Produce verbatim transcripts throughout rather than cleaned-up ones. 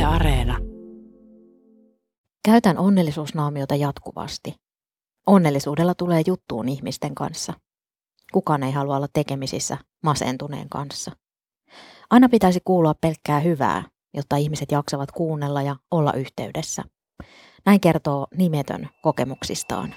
Areena. Käytän onnellisuusnaamiota jatkuvasti. Onnellisuudella tulee juttuun ihmisten kanssa. Kukaan ei halua olla tekemisissä masentuneen kanssa. Aina pitäisi kuulua pelkkää hyvää, jotta ihmiset jaksavat kuunnella ja olla yhteydessä. Näin kertoo nimetön kokemuksistaan.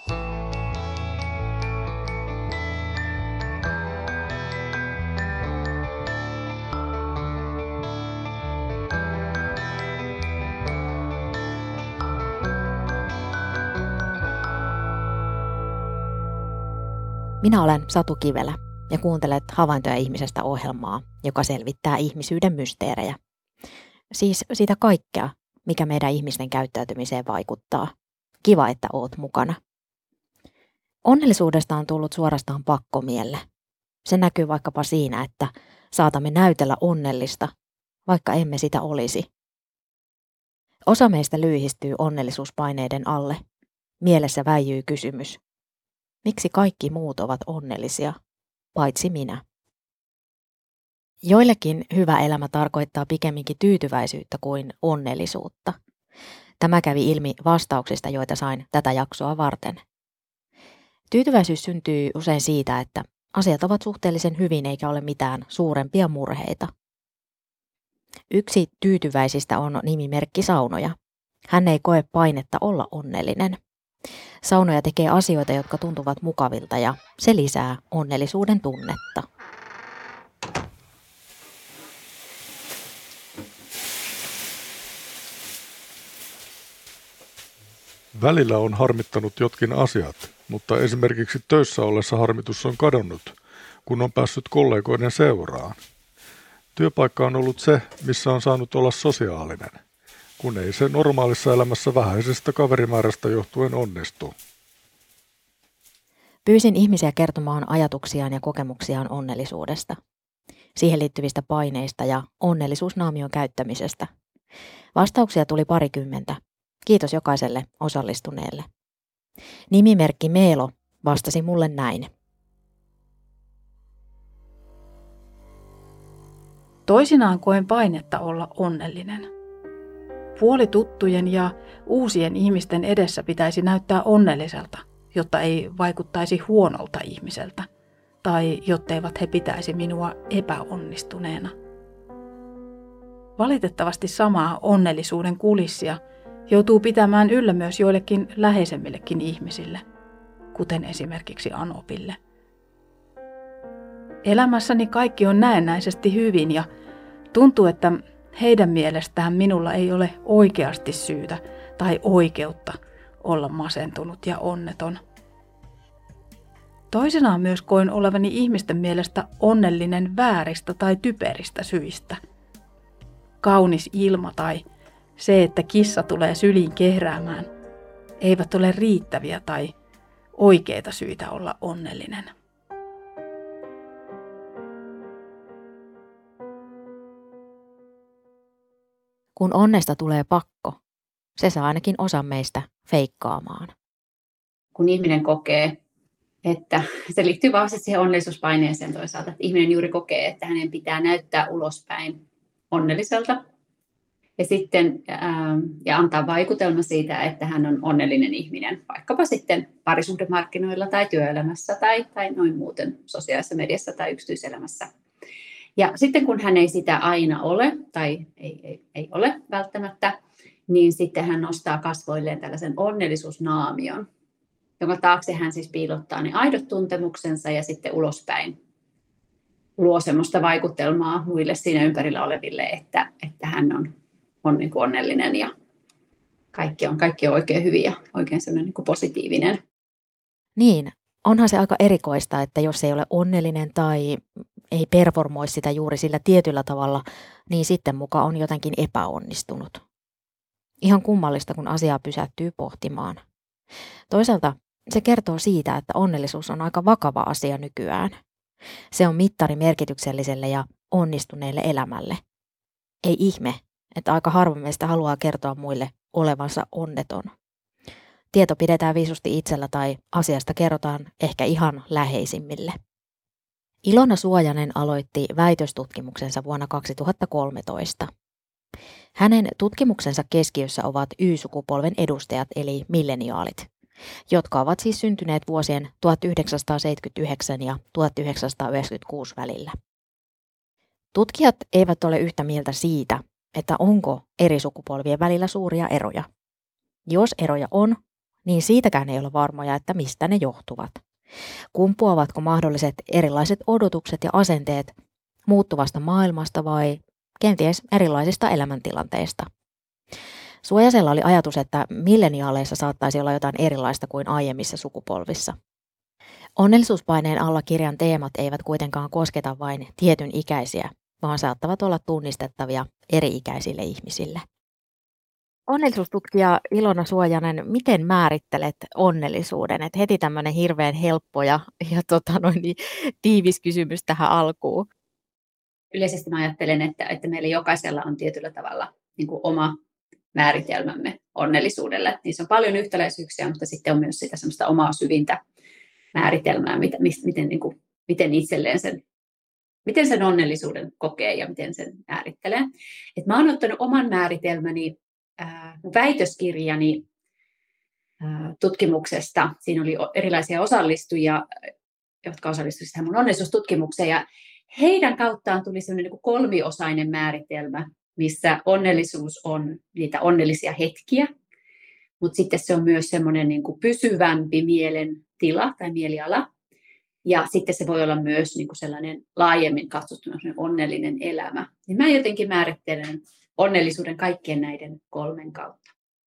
Minä olen Satu Kivelä ja kuuntelet Havaintoja ihmisestä -ohjelmaa, joka selvittää ihmisyyden mysteerejä. Siis sitä kaikkea, mikä meidän ihmisten käyttäytymiseen vaikuttaa. Kiva, että oot mukana. Onnellisuudesta on tullut suorastaan pakkomielle. Se näkyy vaikkapa siinä, että saatamme näytellä onnellista, vaikka emme sitä olisi. Osa meistä lyyhistyy onnellisuuspaineiden alle. Mielessä väijyy kysymys. Miksi kaikki muut ovat onnellisia, paitsi minä? Joillekin hyvä elämä tarkoittaa pikemminkin tyytyväisyyttä kuin onnellisuutta. Tämä kävi ilmi vastauksista, joita sain tätä jaksoa varten. Tyytyväisyys syntyy usein siitä, että asiat ovat suhteellisen hyvin eikä ole mitään suurempia murheita. Yksi tyytyväisistä on nimimerkki Saunoja. Hän ei koe painetta olla onnellinen. Saunoja tekee asioita, jotka tuntuvat mukavilta ja se lisää onnellisuuden tunnetta. Välillä on harmittanut jotkin asiat, mutta esimerkiksi töissä ollessa harmitus on kadonnut, kun on päässyt kollegoiden seuraan. Työpaikka on ollut se, missä on saanut olla sosiaalinen, kun ei se normaalissa elämässä vähäisestä kaverimäärästä johtuen onnistu. Pyysin ihmisiä kertomaan ajatuksiaan ja kokemuksiaan onnellisuudesta, siihen liittyvistä paineista ja onnellisuusnaamion käyttämisestä. Vastauksia tuli parikymmentä. Kiitos jokaiselle osallistuneelle. Nimimerkki Meelo vastasi mulle näin. Toisinaan koen painetta olla onnellinen. Puolituttujen ja uusien ihmisten edessä pitäisi näyttää onnelliselta, jotta ei vaikuttaisi huonolta ihmiseltä, tai jotteivät he pitäisi minua epäonnistuneena. Valitettavasti samaa onnellisuuden kulissia joutuu pitämään yllä myös joillekin läheisemmillekin ihmisille, kuten esimerkiksi Anopille. Elämässäni kaikki on näennäisesti hyvin ja tuntuu, että heidän mielestään minulla ei ole oikeasti syytä tai oikeutta olla masentunut ja onneton. Toisenaan myös koin olevani ihmisten mielestä onnellinen vääristä tai typeristä syistä. Kaunis ilma tai se, että kissa tulee syliin kehräämään, eivät ole riittäviä tai oikeita syitä olla onnellinen. Kun onnesta tulee pakko, se saa ainakin osa meistä feikkaamaan. Kun ihminen kokee, että se liittyy vahvasti siihen onnellisuuspaineeseen toisaalta, että ihminen juuri kokee, että hänen pitää näyttää ulospäin onnelliselta ja sitten ää, ja antaa vaikutelma siitä, että hän on onnellinen ihminen, vaikkapa sitten parisuhdemarkkinoilla tai työelämässä tai, tai noin muuten sosiaalisessa mediassa tai yksityiselämässä. Ja sitten kun hän ei sitä aina ole tai ei, ei, ei ole välttämättä, niin sitten hän nostaa kasvoilleen tällaisen onnellisuusnaamion, jonka taakse hän siis piilottaa ne aidot tuntemuksensa ja sitten ulospäin luo semmoista vaikutelmaa muille siinä ympärillä oleville, että, että hän on, on niin kuin onnellinen ja kaikki on, kaikki on oikein hyvin ja oikein semmoinen niin kuin positiivinen. Niin, onhan se aika erikoista, että jos ei ole onnellinen tai ei performoi sitä juuri sillä tietyllä tavalla, niin sitten muka on jotenkin epäonnistunut. Ihan kummallista, kun asiaa pysähtyy pohtimaan. Toisaalta se kertoo siitä, että onnellisuus on aika vakava asia nykyään. Se on mittari merkitykselliselle ja onnistuneelle elämälle. Ei ihme, että aika harva meistä haluaa kertoa muille olevansa onneton. Tieto pidetään viisusti itsellä tai asiasta kerrotaan ehkä ihan läheisimmille. Ilona Suojanen aloitti väitöstutkimuksensa vuonna kaksituhattakolmetoista. Hänen tutkimuksensa keskiössä ovat Y-sukupolven edustajat eli milleniaalit, jotka ovat siis syntyneet vuosien tuhatyhdeksänsataaseitsemänkymmentäyhdeksän ja tuhatyhdeksänsataayhdeksänkymmentäkuusi välillä. Tutkijat eivät ole yhtä mieltä siitä, että onko eri sukupolvien välillä suuria eroja. Jos eroja on, niin siitäkään ei ole varmoja, että mistä ne johtuvat. Kumpuavatko mahdolliset erilaiset odotukset ja asenteet muuttuvasta maailmasta vai kenties erilaisista elämäntilanteista? Suojasella oli ajatus, että milleniaaleissa saattaisi olla jotain erilaista kuin aiemmissa sukupolvissa. Onnellisuuspaineen alla kirjan teemat eivät kuitenkaan kosketa vain tietyn ikäisiä, vaan saattavat olla tunnistettavia eri-ikäisille ihmisille. Onnellisuustutkija Ilona Suojanen, miten määrittelet onnellisuuden? Et heti tämmöinen hirveän helppo ja, ja tota noin, niin, tiivis kysymys tähän alkuun. Yleisesti mä ajattelen, että, että meillä jokaisella on tietyllä tavalla niin kuin oma määritelmämme onnellisuudelle. Niissä on paljon yhtäläisyyksiä, mutta sitten on myös sitä semmoista omaa syvintä määritelmää, mitä, miten, niin kuin, miten itselleen sen, miten sen onnellisuuden kokee ja miten sen määrittelee. Et mä oon ottanut oman määritelmäni, äh, väitöskirjani äh, tutkimuksesta. Siinä oli erilaisia osallistujia, jotka osallistuivat tähän mun onnellisuustutkimukseen, ja heidän kauttaan tuli sellainen niin kuin kolmiosainen määritelmä, missä onnellisuus on niitä onnellisia hetkiä, mutta sitten se on myös semmoinen niin kuin pysyvämpi mielentila tai mieliala. Ja sitten se voi olla myös niin kuin sellainen laajemmin katsottuna onnellinen elämä. Niin mä jotenkin määrittelen onnellisuuden kaikkien näiden kolmen kautta.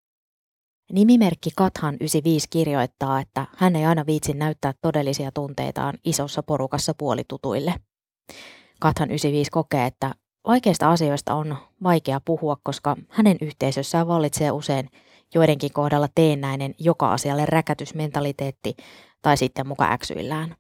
Nimimerkki Kathan yhdeksänkymmentäviisi kirjoittaa, että hän ei aina viitsi näyttää todellisia tunteitaan isossa porukassa puolitutuille. Kathan yhdeksänkymmentäviisi kokee, että vaikeista asioista on vaikea puhua, koska hänen yhteisössään vallitsee usein joidenkin kohdalla teennäinen joka asialle räkätysmentaliteetti tai sitten muka äksyillään.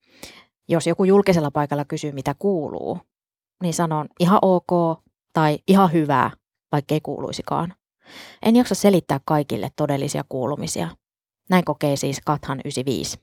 Jos joku julkisella paikalla kysyy, mitä kuuluu, niin sanon ihan ok tai ihan hyvää, vaikkei kuuluisikaan. En jaksa selittää kaikille todellisia kuulumisia. Näin kokee siis Kathan yhdeksänkymmentäviisi.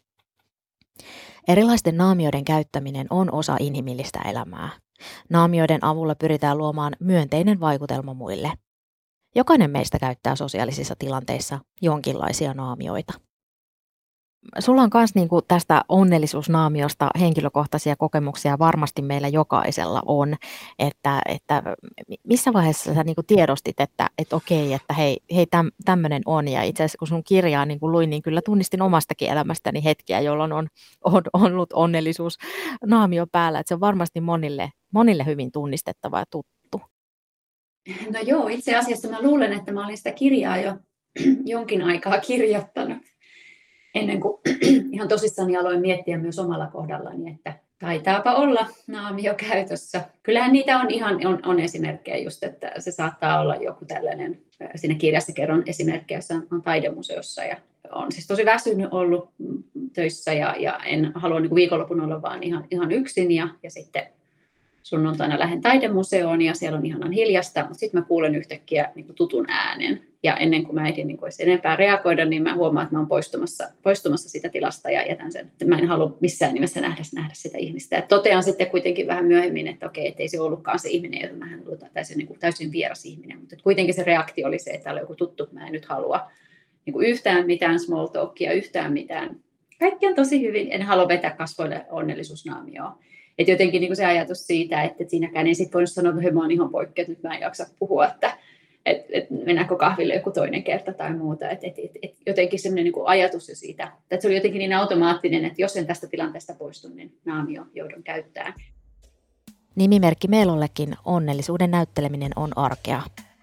Erilaisten naamioiden käyttäminen on osa inhimillistä elämää. Naamioiden avulla pyritään luomaan myönteinen vaikutelma muille. Jokainen meistä käyttää sosiaalisissa tilanteissa jonkinlaisia naamioita. Sulla on myös niinku tästä onnellisuusnaamiosta henkilökohtaisia kokemuksia, varmasti meillä jokaisella on, että, että missä vaiheessa sä niinku tiedostit, että, että okei, että hei, hei täm, tämmöinen on, ja itse asiassa kun sun kirjaa niinku luin, niin kyllä tunnistin omastakin elämästäni hetkiä, jolloin on, on, on ollut onnellisuusnaamio päällä, että se on varmasti monille, monille hyvin tunnistettava ja tuttu. No joo, itse asiassa mä luulen, että mä olin sitä kirjaa jo jonkin aikaa kirjoittanut. Ennen kuin ihan tosissani aloin miettiä myös omalla kohdallani, että taitaapa olla naamio käytössä. Kyllähän niitä on ihan on, on esimerkkejä just, että se saattaa olla joku tällainen, siinä kirjassa kerron esimerkkejä, jossa on taidemuseossa ja on siis tosi väsynyt ollut töissä ja, ja en halua niin kuin viikonlopun olla vaan ihan, ihan yksin ja, ja sitten sunnuntaina lähden taidemuseoon ja siellä on ihanan hiljasta, mutta sitten mä kuulen yhtäkkiä niin kuin tutun äänen. Ja ennen kuin mä ehdin niin kuin enempää reagoida, niin mä huomaan, että mä oon poistumassa, poistumassa sitä tilasta ja jätän sen. Mä en halua missään nimessä nähdä, nähdä sitä ihmistä. Et totean sitten kuitenkin vähän myöhemmin, että okei, ettei se ollutkaan se ihminen, jota mä en luota, tai se on niin kuin täysin vieras ihminen. Mutta kuitenkin se reaktio oli se, että täällä on joku tuttu, mä en nyt halua niin kuin yhtään mitään small talkia, yhtään mitään. Kaikki on tosi hyvin, en halua vetää kasvoille onnellisuusnaamioon. Että jotenkin niin kuin se ajatus siitä, että siinäkään ei sitten voinut sanoa, että mä oon ihan poikki, että nyt mä en jaksa puhua, että et, et mennäänkö kahville joku toinen kerta tai muuta. Et, et, et, et jotenkin semmoinen niin kuin ajatus jo siitä, että se oli jotenkin niin automaattinen, että jos en tästä tilanteesta poistu, niin naamio joudun käyttämään. Nimimerkki Meelollekin onnellisuuden näytteleminen on arkea.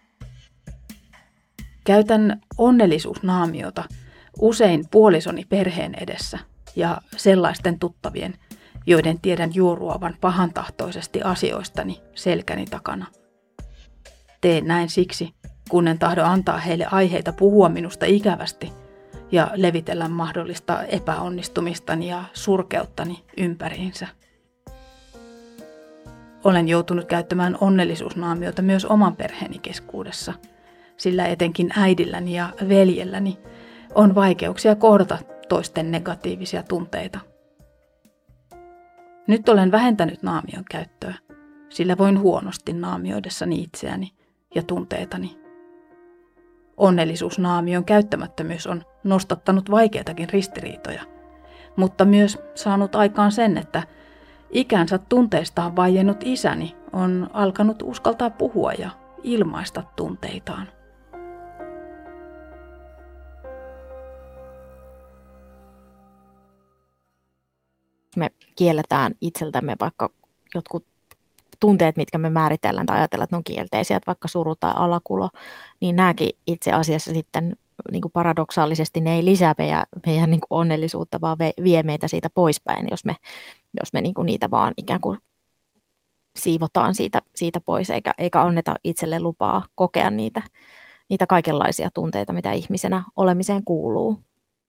Käytän onnellisuusnaamiota usein puolisoni perheen edessä ja sellaisten tuttavien, joiden tiedän juoruavan pahantahtoisesti asioistani selkäni takana. Teen näin siksi, kun en tahdo antaa heille aiheita puhua minusta ikävästi ja levitellä mahdollista epäonnistumistani ja surkeuttani ympäriinsä. Olen joutunut käyttämään onnellisuusnaamiota myös oman perheeni keskuudessa, sillä etenkin äidilläni ja veljelläni on vaikeuksia kohdata toisten negatiivisia tunteita. Nyt olen vähentänyt naamion käyttöä, sillä voin huonosti naamioidessani itseäni ja tunteitani. Onnellisuusnaamion käyttämättömyys on nostattanut vaikeitakin ristiriitoja, mutta myös saanut aikaan sen, että ikänsä tunteistaan vaiennut isäni on alkanut uskaltaa puhua ja ilmaista tunteitaan. Me kielletään itseltämme vaikka jotkut tunteet, mitkä me määritellään tai ajatellaan, että ne on kielteisiä, että vaikka suru tai alakulo, niin nämäkin itse asiassa sitten niin kuin paradoksaalisesti ne ei lisää meidän, meidän niin kuin onnellisuutta, vaan vie meitä siitä poispäin, jos me, jos me niin kuin niitä vaan ikään kuin siivotaan siitä, siitä pois, eikä, eikä anneta itselle lupaa kokea niitä, niitä kaikenlaisia tunteita, mitä ihmisenä olemiseen kuuluu.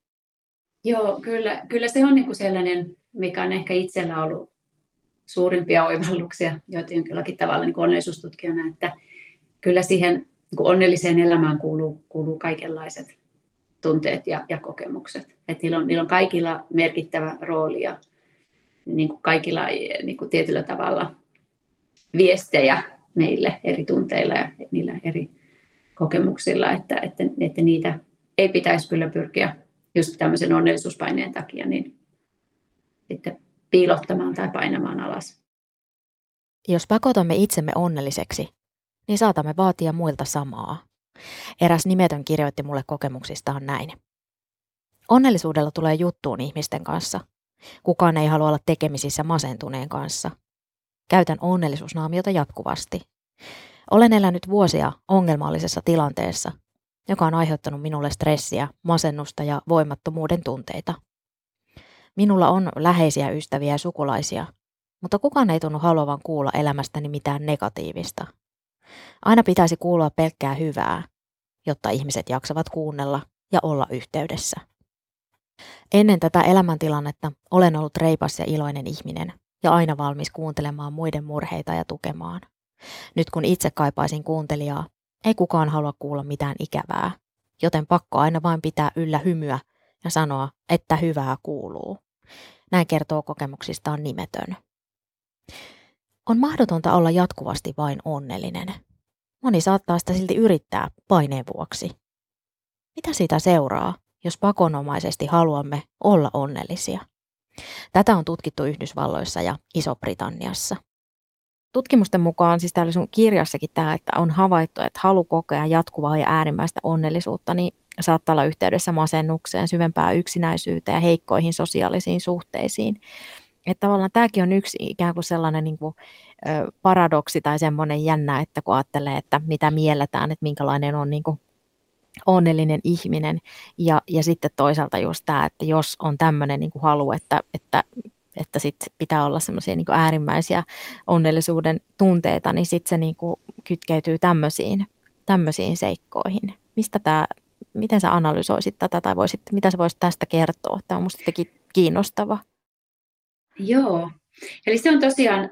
Joo, kyllä, kyllä se on niin kuin sellainen, mikä on ehkä itsellä ollut suurimpia oivalluksia jollakin tavalla niin kuin onnellisuustutkijana, että kyllä siihen niin kuin onnelliseen elämään kuuluu, kuuluu kaikenlaiset tunteet ja, ja kokemukset. Että niillä on, niillä on kaikilla merkittävä rooli ja niin kuin kaikilla niin kuin tietyllä tavalla viestejä meille eri tunteilla ja niillä eri kokemuksilla, että, että, että niitä ei pitäisi kyllä pyrkiä just tämmöisen onnellisuuspaineen takia niin sitten piilottamaan tai painamaan alas. Jos pakotamme itsemme onnelliseksi, niin saatamme vaatia muilta samaa. Eräs nimetön kirjoitti mulle kokemuksistaan näin. Onnellisuudella tulee juttuun ihmisten kanssa. Kukaan ei halua olla tekemisissä masentuneen kanssa. Käytän onnellisuusnaamiota jatkuvasti. Olen elänyt vuosia ongelmallisessa tilanteessa, joka on aiheuttanut minulle stressiä, masennusta ja voimattomuuden tunteita. Minulla on läheisiä ystäviä ja sukulaisia, mutta kukaan ei tunnu haluavan kuulla elämästäni mitään negatiivista. Aina pitäisi kuulua pelkkää hyvää, jotta ihmiset jaksavat kuunnella ja olla yhteydessä. Ennen tätä elämäntilannetta olen ollut reipas ja iloinen ihminen ja aina valmis kuuntelemaan muiden murheita ja tukemaan. Nyt kun itse kaipaisin kuuntelijaa, ei kukaan halua kuulla mitään ikävää, joten pakko aina vain pitää yllä hymyä ja sanoa, että hyvää kuuluu. Näin kertoo kokemuksistaan nimetön. On mahdotonta olla jatkuvasti vain onnellinen. Moni saattaa sitä silti yrittää paineen vuoksi. Mitä siitä seuraa, jos pakonomaisesti haluamme olla onnellisia? Tätä on tutkittu Yhdysvalloissa ja Iso-Britanniassa. Tutkimusten mukaan, siis täällä sun kirjassakin tämä, että on havaittu, että halu kokea jatkuvaa ja äärimmäistä onnellisuutta, niin saattaa olla yhteydessä masennukseen, syvempään yksinäisyyteen ja heikkoihin sosiaalisiin suhteisiin. Että tavallaan tämäkin on yksi ikään kuin sellainen niin kuin, ö, paradoksi tai semmoinen jännä, että kun ajattelee, että mitä mielletään, että minkälainen on niin kuin onnellinen ihminen. Ja, ja sitten toisaalta just tämä, että jos on tämmöinen niin kuin halu, että, että, että sit pitää olla semmoisia niin kuin äärimmäisiä onnellisuuden tunteita, niin sitten se niin kuin kytkeytyy tämmöisiin, tämmöisiin seikkoihin. Mistä tämä, miten sä analysoisit tätä tai voisit, mitä sä voisit tästä kertoa? Tämä on musta jotenkin kiinnostava. Joo, eli se on tosiaan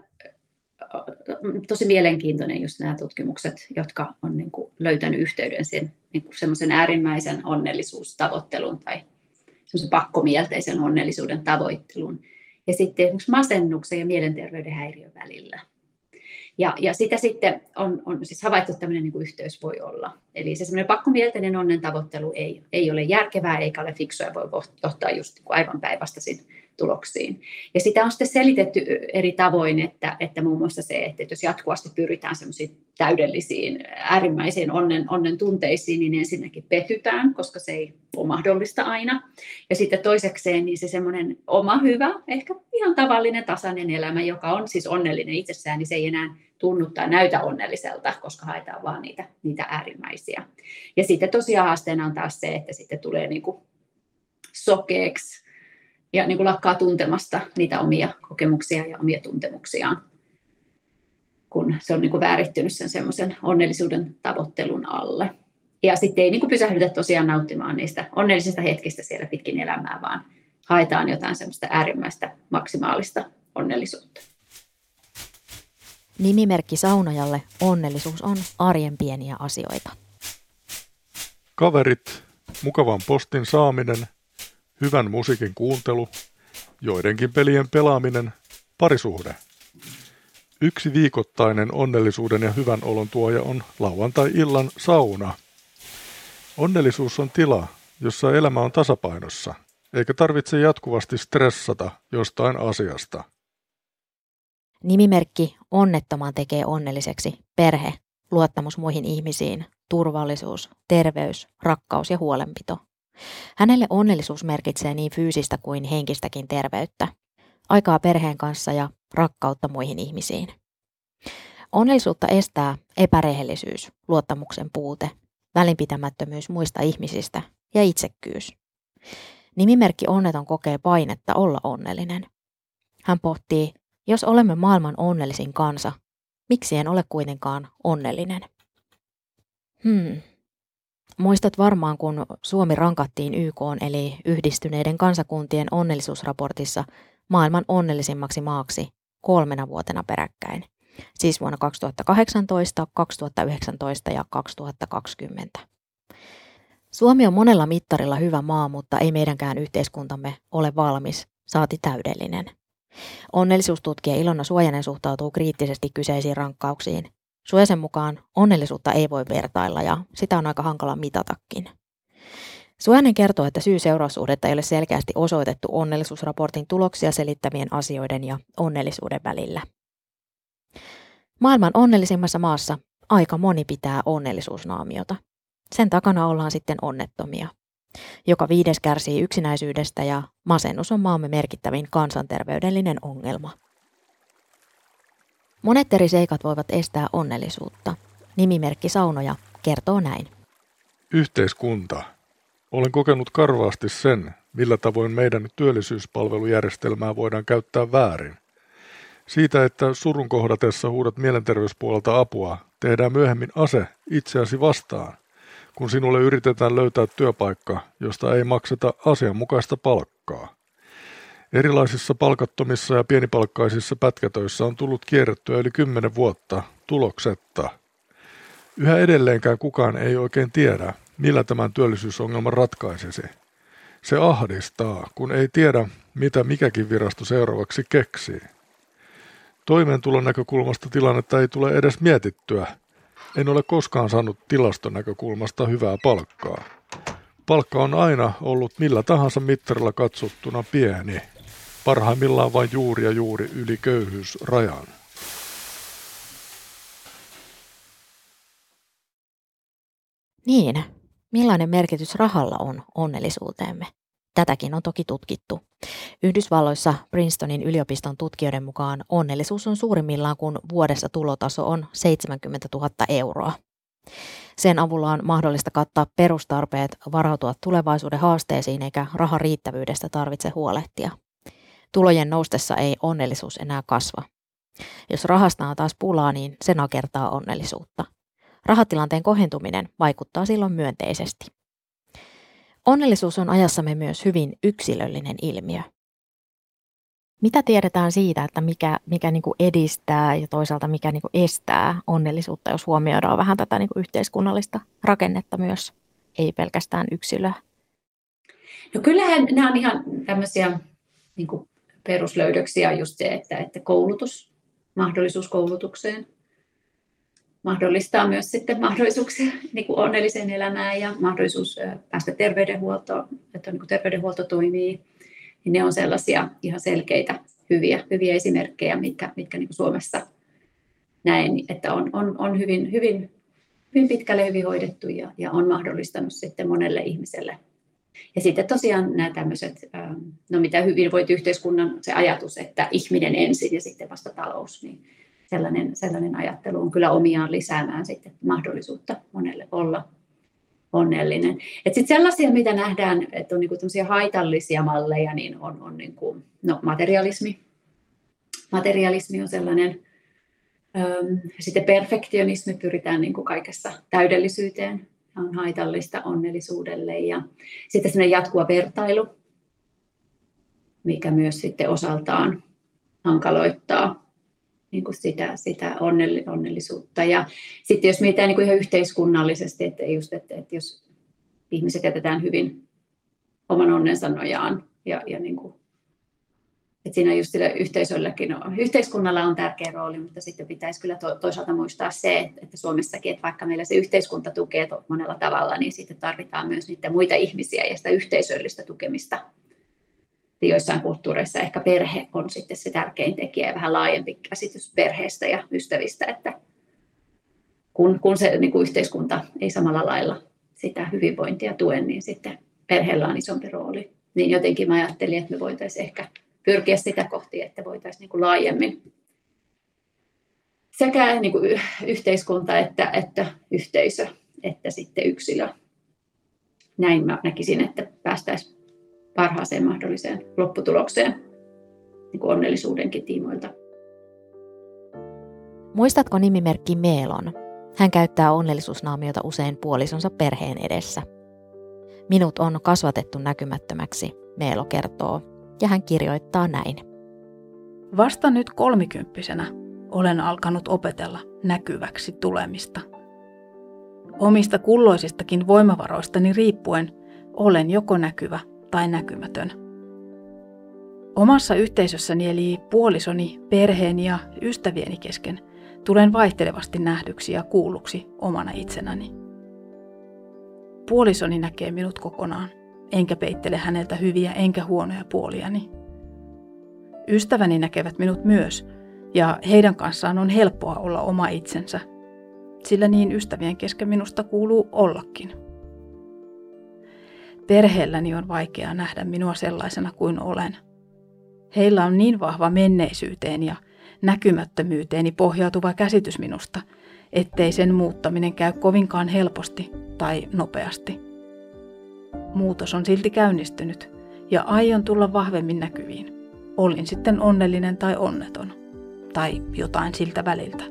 tosi mielenkiintoinen just nämä tutkimukset, jotka on niin kuin löytänyt yhteyden sen niin kuin semmoisen äärimmäisen onnellisuustavoittelun tai semmoisen pakkomielteisen onnellisuuden tavoittelun ja sitten esimerkiksi masennuksen ja mielenterveyden häiriön välillä. Ja, ja sitä sitten on, on siis havaittu, että tämmöinen niin kuin yhteys voi olla. Eli se semmoinen pakkomielteinen onnen tavoittelu ei, ei ole järkevää eikä ole fiksua ja voi johtaa just niin kuin aivan päinvastaisiin tuloksiin. Ja sitä on sitten selitetty eri tavoin, että, että muun muassa se, että jos jatkuvasti pyritään semmoisiin täydellisiin, äärimmäisiin onnen, onnen tunteisiin, niin ensinnäkin petytään, koska se ei ole mahdollista aina. Ja sitten toisekseen niin se semmoinen oma hyvä, ehkä ihan tavallinen tasainen elämä, joka on siis onnellinen itsessään, niin se ei enää tunnu tai näytä onnelliselta, koska haetaan vaan niitä, niitä äärimmäisiä. Ja sitten tosiaan haasteena on taas se, että sitten tulee niin kuin sokeeksi, ja niin kuin lakkaa tuntemasta niitä omia kokemuksia ja omia tuntemuksiaan, kun se on niin kuin väärittynyt sen semmoisen onnellisuuden tavoittelun alle. Ja sitten ei niin kuin pysähdytä tosiaan nauttimaan niistä onnellisista hetkistä siellä pitkin elämää, vaan haetaan jotain semmoista äärimmäistä maksimaalista onnellisuutta. Nimimerkki saunojalle onnellisuus on arjen pieniä asioita. Kaverit, mukavan postin saaminen, hyvän musiikin kuuntelu, joidenkin pelien pelaaminen, parisuhde. Yksi viikoittainen onnellisuuden ja hyvän olon tuoja on lauantai-illan sauna. Onnellisuus on tila, jossa elämä on tasapainossa, eikä tarvitse jatkuvasti stressata jostain asiasta. Nimimerkki onnettoman tekee onnelliseksi perhe, luottamus muihin ihmisiin, turvallisuus, terveys, rakkaus ja huolenpito. Hänelle onnellisuus merkitsee niin fyysistä kuin henkistäkin terveyttä, aikaa perheen kanssa ja rakkautta muihin ihmisiin. Onnellisuutta estää epärehellisyys, luottamuksen puute, välinpitämättömyys muista ihmisistä ja itsekkyys. Nimimerkki onneton kokee painetta olla onnellinen. Hän pohtii, jos olemme maailman onnellisin kansa, miksi en ole kuitenkaan onnellinen? Hmm. Muistat varmaan, kun Suomi rankattiin Y K:n eli Yhdistyneiden kansakuntien onnellisuusraportissa maailman onnellisimmaksi maaksi kolmena vuotena peräkkäin. Siis vuonna kaksituhattakahdeksantoista, kaksituhattayhdeksäntoista ja kaksituhattakaksikymmentä. Suomi on monella mittarilla hyvä maa, mutta ei meidänkään yhteiskuntamme ole valmis, saati täydellinen. Onnellisuustutkija Ilona Suojanen suhtautuu kriittisesti kyseisiin rankkauksiin. Suojasen mukaan onnellisuutta ei voi vertailla ja sitä on aika hankala mitatakin. Suojanen kertoo, että syy-seuraussuhdetta ei ole selkeästi osoitettu onnellisuusraportin tuloksia selittävien asioiden ja onnellisuuden välillä. Maailman onnellisimmassa maassa aika moni pitää onnellisuusnaamiota. Sen takana ollaan sitten onnettomia. Joka viides kärsii yksinäisyydestä ja masennus on maamme merkittävin kansanterveydellinen ongelma. Monet eri seikat voivat estää onnellisuutta. Nimimerkki Saunoja kertoo näin. Yhteiskunta. Olen kokenut karvaasti sen, millä tavoin meidän työllisyyspalvelujärjestelmää voidaan käyttää väärin. Siitä, että surun kohdatessa huudat mielenterveyspuolelta apua, tehdään myöhemmin ase itseäsi vastaan, kun sinulle yritetään löytää työpaikka, josta ei makseta asianmukaista palkkaa. Erilaisissa palkattomissa ja pienipalkkaisissa pätkätöissä on tullut kierrettyä yli kymmenen vuotta tuloksetta. Yhä edelleenkään kukaan ei oikein tiedä, millä tämän työllisyysongelman ratkaisisi. Se ahdistaa, kun ei tiedä, mitä mikäkin virasto seuraavaksi keksii. Toimeentulon näkökulmasta tilannetta ei tule edes mietittyä. En ole koskaan saanut tilaston näkökulmasta hyvää palkkaa. Palkka on aina ollut millä tahansa mittarilla katsottuna pieni, parhaimmillaan vain juuri ja juuri yli köyhyysrajan. Niin, millainen merkitys rahalla on onnellisuuteemme? Tätäkin on toki tutkittu. Yhdysvalloissa Princetonin yliopiston tutkijoiden mukaan onnellisuus on suurimmillaan, kun vuodessa tulotaso on seitsemänkymmentätuhatta euroa. Sen avulla on mahdollista kattaa perustarpeet, varautua tulevaisuuden haasteisiin eikä rahan riittävyydestä tarvitse huolehtia. Tulojen noustessa ei onnellisuus enää kasva. Jos rahasta on taas pulaa, niin se nakertaa onnellisuutta. Rahatilanteen kohentuminen vaikuttaa silloin myönteisesti. Onnellisuus on ajassamme myös hyvin yksilöllinen ilmiö. Mitä tiedetään siitä, että mikä, mikä niin kuin edistää ja toisaalta mikä niin kuin estää onnellisuutta, jos huomioidaan vähän tätä niin kuin yhteiskunnallista rakennetta myös, ei pelkästään yksilöä? No kyllähän nämä on ihan tämmöisiä niin kuin peruslöydöksiä just se, että, että koulutus, mahdollisuus koulutukseen, mahdollistaa myös sitten mahdollisuuksia niin kuin onnelliseen elämään ja mahdollisuus päästä terveydenhuoltoon, että niin kuin terveydenhuolto toimii. Niin ne on sellaisia ihan selkeitä, hyviä, hyviä esimerkkejä, mitkä, mitkä niin kuin Suomessa näen, että on, on, on hyvin, hyvin, hyvin pitkälle hyvin hoidettu ja, ja on mahdollistanut sitten monelle ihmiselle. Ja sitten tosiaan nämä tämmöiset, no mitä hyvinvointiyhteiskunnan se ajatus, että ihminen ensin ja sitten vasta talous, niin sellainen, sellainen ajattelu on kyllä omiaan lisäämään sitten mahdollisuutta monelle olla onnellinen. Sitten sellaisia, mitä nähdään, että on niinku tämmöisiä haitallisia malleja, niin on, on niinku, no, materialismi. Materialismi on sellainen, äm, sitten perfektionismi, pyritään niinku kaikessa täydellisyyteen, on haitallista onnellisuudelle. Ja sitten sellainen jatkuva vertailu, mikä myös sitten osaltaan hankaloittaa niin kuin sitä, sitä onnellisuutta. Ja sitten jos mietitään niin kuin ihan yhteiskunnallisesti, että, just, että, että jos ihmiset jätetään hyvin oman onnensa nojaan ja, ja niin kuin, että siinä just sillä yhteisölläkin, no, yhteiskunnalla on tärkeä rooli, mutta sitten pitäisi kyllä to, toisaalta muistaa se, että, että Suomessakin, että vaikka meillä se yhteiskunta tukee monella tavalla, niin sitten tarvitaan myös niitä muita ihmisiä ja sitä yhteisöllistä tukemista. Joissain kulttuureissa ehkä perhe on sitten se tärkein tekijä ja vähän laajempi käsitys perheestä ja ystävistä, että kun, kun se niin kuin yhteiskunta ei samalla lailla sitä hyvinvointia tue, niin sitten perheellä on isompi rooli. Niin jotenkin mä ajattelin, että me voitaisiin ehkä pyrkiä sitä kohti, että voitaisiin niin kuin laajemmin sekä niin kuin yhteiskunta että, että yhteisö että sitten yksilö. Näin mä näkisin, että päästäisiin parhaaseen mahdolliseen lopputulokseen niin kuin onnellisuudenkin tiimoilta. Muistatko nimimerkki Meelon? Hän käyttää onnellisuusnaamiota usein puolisonsa perheen edessä. Minut on kasvatettu näkymättömäksi, Meelo kertoo, ja hän kirjoittaa näin. Vasta nyt kolmikymppisenä olen alkanut opetella näkyväksi tulemista. Omista kulloisistakin voimavaroistani riippuen olen joko näkyvä tai näkymätön. Omassa yhteisössäni eli puolisoni, perheeni ja ystävieni kesken tulen vaihtelevasti nähdyksi ja kuulluksi omana itsenäni. Puolisoni näkee minut kokonaan, enkä peittele häneltä hyviä enkä huonoja puoliani. Ystäväni näkevät minut myös, ja heidän kanssaan on helppoa olla oma itsensä, sillä niin ystävien kesken minusta kuuluu ollakin. Perheelläni on vaikeaa nähdä minua sellaisena kuin olen. Heillä on niin vahva menneisyyteen ja näkymättömyyteeni pohjautuva käsitys minusta, ettei sen muuttaminen käy kovinkaan helposti tai nopeasti. Muutos on silti käynnistynyt ja aion tulla vahvemmin näkyviin. Olin sitten onnellinen tai onneton, tai jotain siltä väliltä.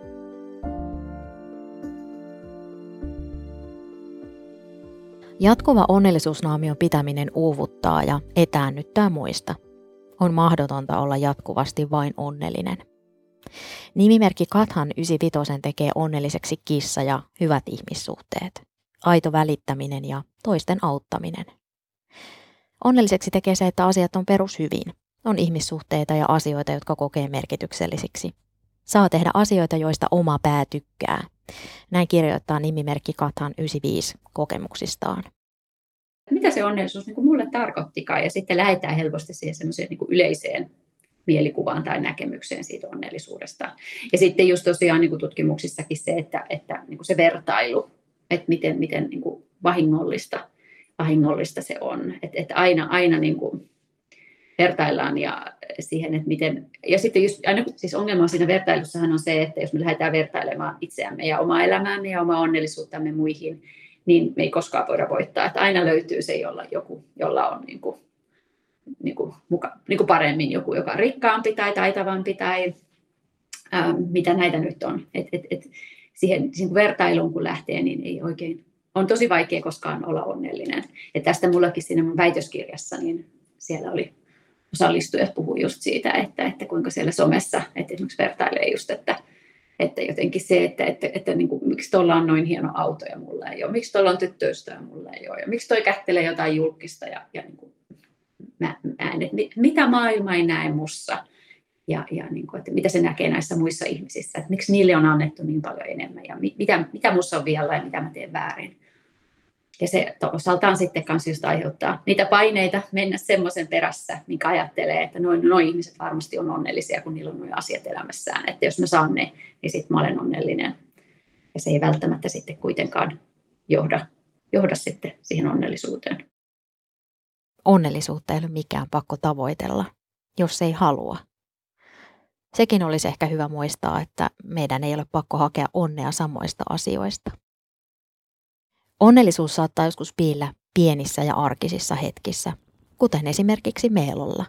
Jatkuva onnellisuusnaamion pitäminen uuvuttaa ja etäännyttää muista. On mahdotonta olla jatkuvasti vain onnellinen. Nimimerkki Kathan yhdeksänkymmentäviisi tekee onnelliseksi kissa ja hyvät ihmissuhteet, aito välittäminen ja toisten auttaminen. Onnelliseksi tekee se, että asiat on perushyvin. On ihmissuhteita ja asioita, jotka kokee merkityksellisiksi. Saa tehdä asioita, joista oma pää tykkää. Näin kirjoittaa nimimerkki Kathan yhdeksänkymmentäviisi kokemuksistaan. Mitä se onnellisuus niin kuin mulle tarkoittikaan? Ja sitten lähdetään helposti siihen semmoiseen niin kuin yleiseen mielikuvaan tai näkemykseen siitä onnellisuudesta. Ja sitten just tosiaan niin kuin tutkimuksissakin se, että, että niin kuin se vertailu, että miten, miten niin kuin vahingollista, vahingollista se on. Että, että aina, aina niin kuin vertaillaan ja siihen, että miten... Ja sitten just, aina, siis ongelma siinä vertailussahan on se, että jos me lähdetään vertailemaan itseämme ja omaa elämäämme ja omaa onnellisuuttamme muihin, niin me ei koskaan voida voittaa. Että aina löytyy se, jolla, joku, jolla on niin kuin, niin kuin, muka, niin kuin paremmin joku, joka on rikkaampi tai taitavampi tai ähm, mitä näitä nyt on. Et, et, et siihen, siihen vertailuun kun lähtee, niin ei oikein... On tosi vaikea koskaan olla onnellinen. Et tästä mullakin siinä mun väitöskirjassa, niin siellä oli osallistujat puhuu just siitä, että, että kuinka siellä somessa, että esimerkiksi vertailee just, että, että jotenkin se, että, että, että niin kuin, miksi tuolla on noin hieno auto ja mulla ei ole, miksi tuolla on tyttöystävä ja mulla ei ole, ja miksi toi kättelee jotain julkista ja, ja niin kuin, mä, mä en, että mitä maailma ei näe mussa ja, ja niin kuin, että mitä se näkee näissä muissa ihmisissä, että miksi niille on annettu niin paljon enemmän ja mitä, mitä mussa on vielä ja mitä mä teen väärin. Ja se osaltaan sitten kanssa just aiheuttaa niitä paineita mennä semmoisen perässä, minkä ajattelee, että noin noi ihmiset varmasti on onnellisia, kun niillä on nuo asiat elämässään. Että jos mä saan ne, niin sitten mä olen onnellinen. Ja se ei välttämättä sitten kuitenkaan johda, johda sitten siihen onnellisuuteen. Onnellisuutta ei ole mikään pakko tavoitella, jos ei halua. Sekin olisi ehkä hyvä muistaa, että meidän ei ole pakko hakea onnea samoista asioista. Onnellisuus saattaa joskus piillä pienissä ja arkisissa hetkissä, kuten esimerkiksi Meelolla.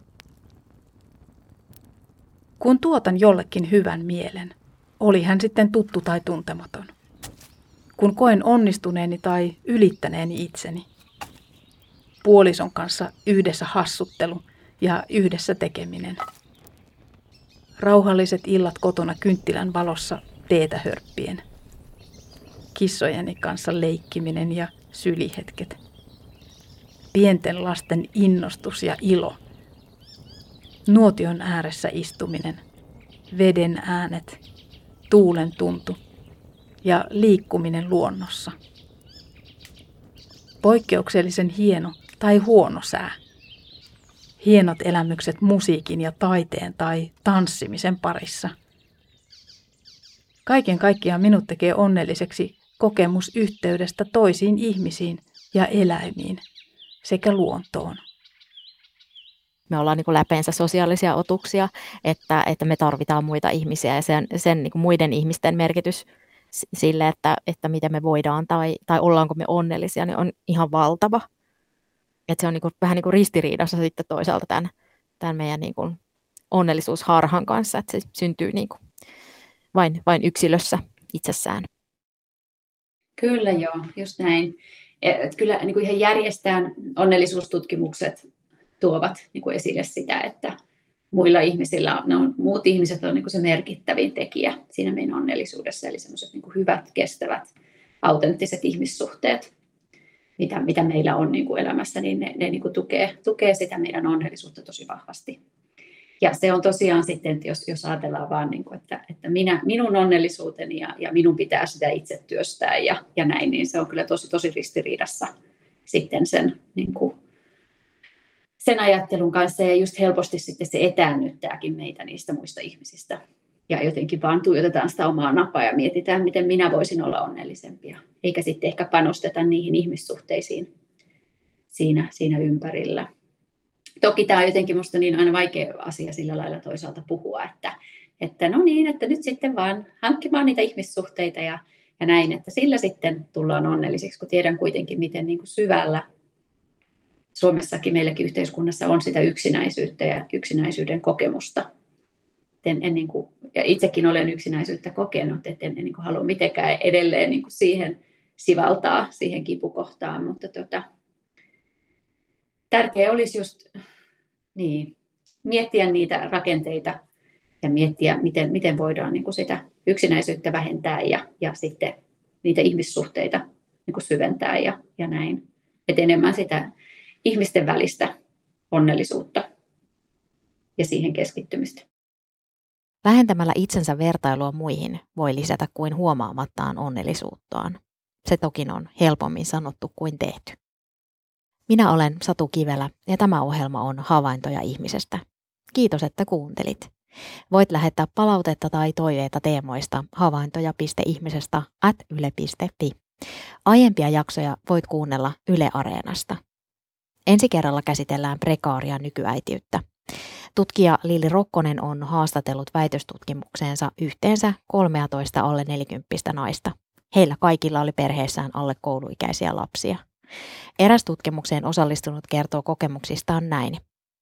Kun tuotan jollekin hyvän mielen, oli hän sitten tuttu tai tuntematon. Kun koen onnistuneeni tai ylittäneeni itseni. Puolison kanssa yhdessä hassuttelu ja yhdessä tekeminen. Rauhalliset illat kotona kynttilän valossa teetä hörppien. Kissojeni kanssa leikkiminen ja sylihetket. Pienten lasten innostus ja ilo. nuotion ääressä istuminen, veden äänet, tuulen tuntu ja liikkuminen luonnossa. Poikkeuksellisen hieno tai huono sää. Hienot elämykset musiikin ja taiteen tai tanssimisen parissa. Kaiken kaikkiaan minut tekee onnelliseksi kokemus yhteydestä toisiin ihmisiin ja eläimiin sekä luontoon. Me ollaan niin kuin läpeensä sosiaalisia otuksia, että, että me tarvitaan muita ihmisiä ja sen, sen niin kuin muiden ihmisten merkitys sille, että, että miten me voidaan tai, tai ollaanko me onnellisia, niin on ihan valtava. Että se on niin kuin, vähän niin kuin ristiriidassa sitten toisaalta tämän, tämän meidän niin kuin onnellisuusharhan kanssa, että se syntyy niin kuin vain, vain yksilössä itsessään. Kyllä joo, just näin. Et kyllä niin kuin ihan järjestään onnellisuustutkimukset tuovat niin kuin esille sitä, että muilla ihmisillä, ne on, muut ihmiset on niin kuin se merkittävin tekijä siinä meidän onnellisuudessa, eli sellaiset niin kuin hyvät, kestävät, autenttiset ihmissuhteet, mitä, mitä meillä on niin kuin elämässä, niin ne, ne niin kuin tukee, tukee sitä meidän onnellisuutta tosi vahvasti. Ja se on tosiaan sitten, että jos, jos ajatellaan vaan, niin kuin, että, että minä, minun onnellisuuteni ja, ja minun pitää sitä itse työstää ja, ja näin, niin se on kyllä tosi, tosi ristiriidassa sitten sen, niin kuin, sen ajattelun kanssa. Ja just helposti sitten se etäännyttääkin meitä niistä muista ihmisistä. Ja jotenkin vaan tuijotetaan sitä omaa napaa ja mietitään, miten minä voisin olla onnellisempia. Eikä sitten ehkä panosteta niihin ihmissuhteisiin siinä, siinä ympärillä. Toki tämä on jotenkin minusta niin aina vaikea asia sillä lailla toisaalta puhua, että, että no niin, että nyt sitten vaan hankkimaan niitä ihmissuhteita ja, ja näin, että sillä sitten tullaan onnellisiksi, kun tiedän kuitenkin, miten niin kuin syvällä Suomessakin meilläkin yhteiskunnassa on sitä yksinäisyyttä ja yksinäisyyden kokemusta. En, en niin kuin, ja itsekin olen yksinäisyyttä kokenut, että en, en niin kuin halua mitenkään edelleen niin kuin siihen sivaltaa, siihen kipukohtaan, mutta tota, tärkeää olisi just niin, miettiä niitä rakenteita ja miettiä, miten, miten voidaan niin kuin sitä yksinäisyyttä vähentää ja, ja sitten niitä ihmissuhteita niin kuin syventää ja, ja näin. Et enemmän sitä ihmisten välistä onnellisuutta ja siihen keskittymistä. Vähentämällä itsensä vertailua muihin voi lisätä kuin huomaamattaan onnellisuuttaan. Se toki on helpommin sanottu kuin tehty. Minä olen Satu Kivelä ja tämä ohjelma on Havaintoja ihmisestä. Kiitos, että kuuntelit. Voit lähettää palautetta tai toiveita teemoista havaintoja piste ihmisestä at yle piste fi. Aiempia jaksoja voit kuunnella Yle Areenasta. Ensi kerralla käsitellään prekaaria nykyäitiyttä. Tutkija Lili Rokkonen on haastatellut väitöstutkimukseensa yhteensä kolmetoista alle neljäkymppistä naista. Heillä kaikilla oli perheessään alle kouluikäisiä lapsia. Eräs tutkimukseen osallistunut kertoo kokemuksistaan näin.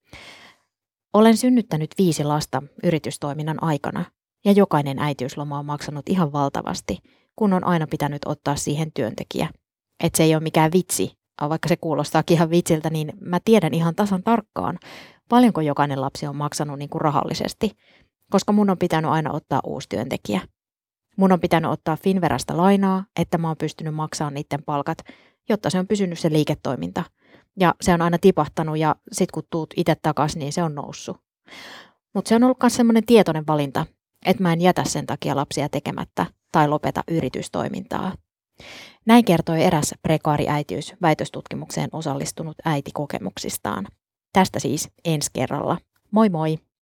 Olen synnyttänyt viisi lasta yritystoiminnan aikana ja jokainen äitiysloma on maksanut ihan valtavasti, kun on aina pitänyt ottaa siihen työntekijä. Et se ei ole mikään vitsi, vaikka se kuulostaakin ihan vitsiltä, niin mä tiedän ihan tasan tarkkaan, paljonko jokainen lapsi on maksanut niin kuin rahallisesti, koska mun on pitänyt aina ottaa uusi työntekijä. Mun on pitänyt ottaa Finnverasta lainaa, että mä oon pystynyt maksamaan niiden palkat, jotta se on pysynyt se liiketoiminta. Ja se on aina tipahtanut ja sit kun tuut itse takaisin, niin se on noussut. Mutta se on ollut myös semmoinen tietoinen valinta, että mä en jätä sen takia lapsia tekemättä tai lopeta yritystoimintaa. Näin kertoi eräs prekaariäitiys väitöstutkimukseen osallistunut äiti kokemuksistaan. Tästä siis ensi kerralla. Moi moi!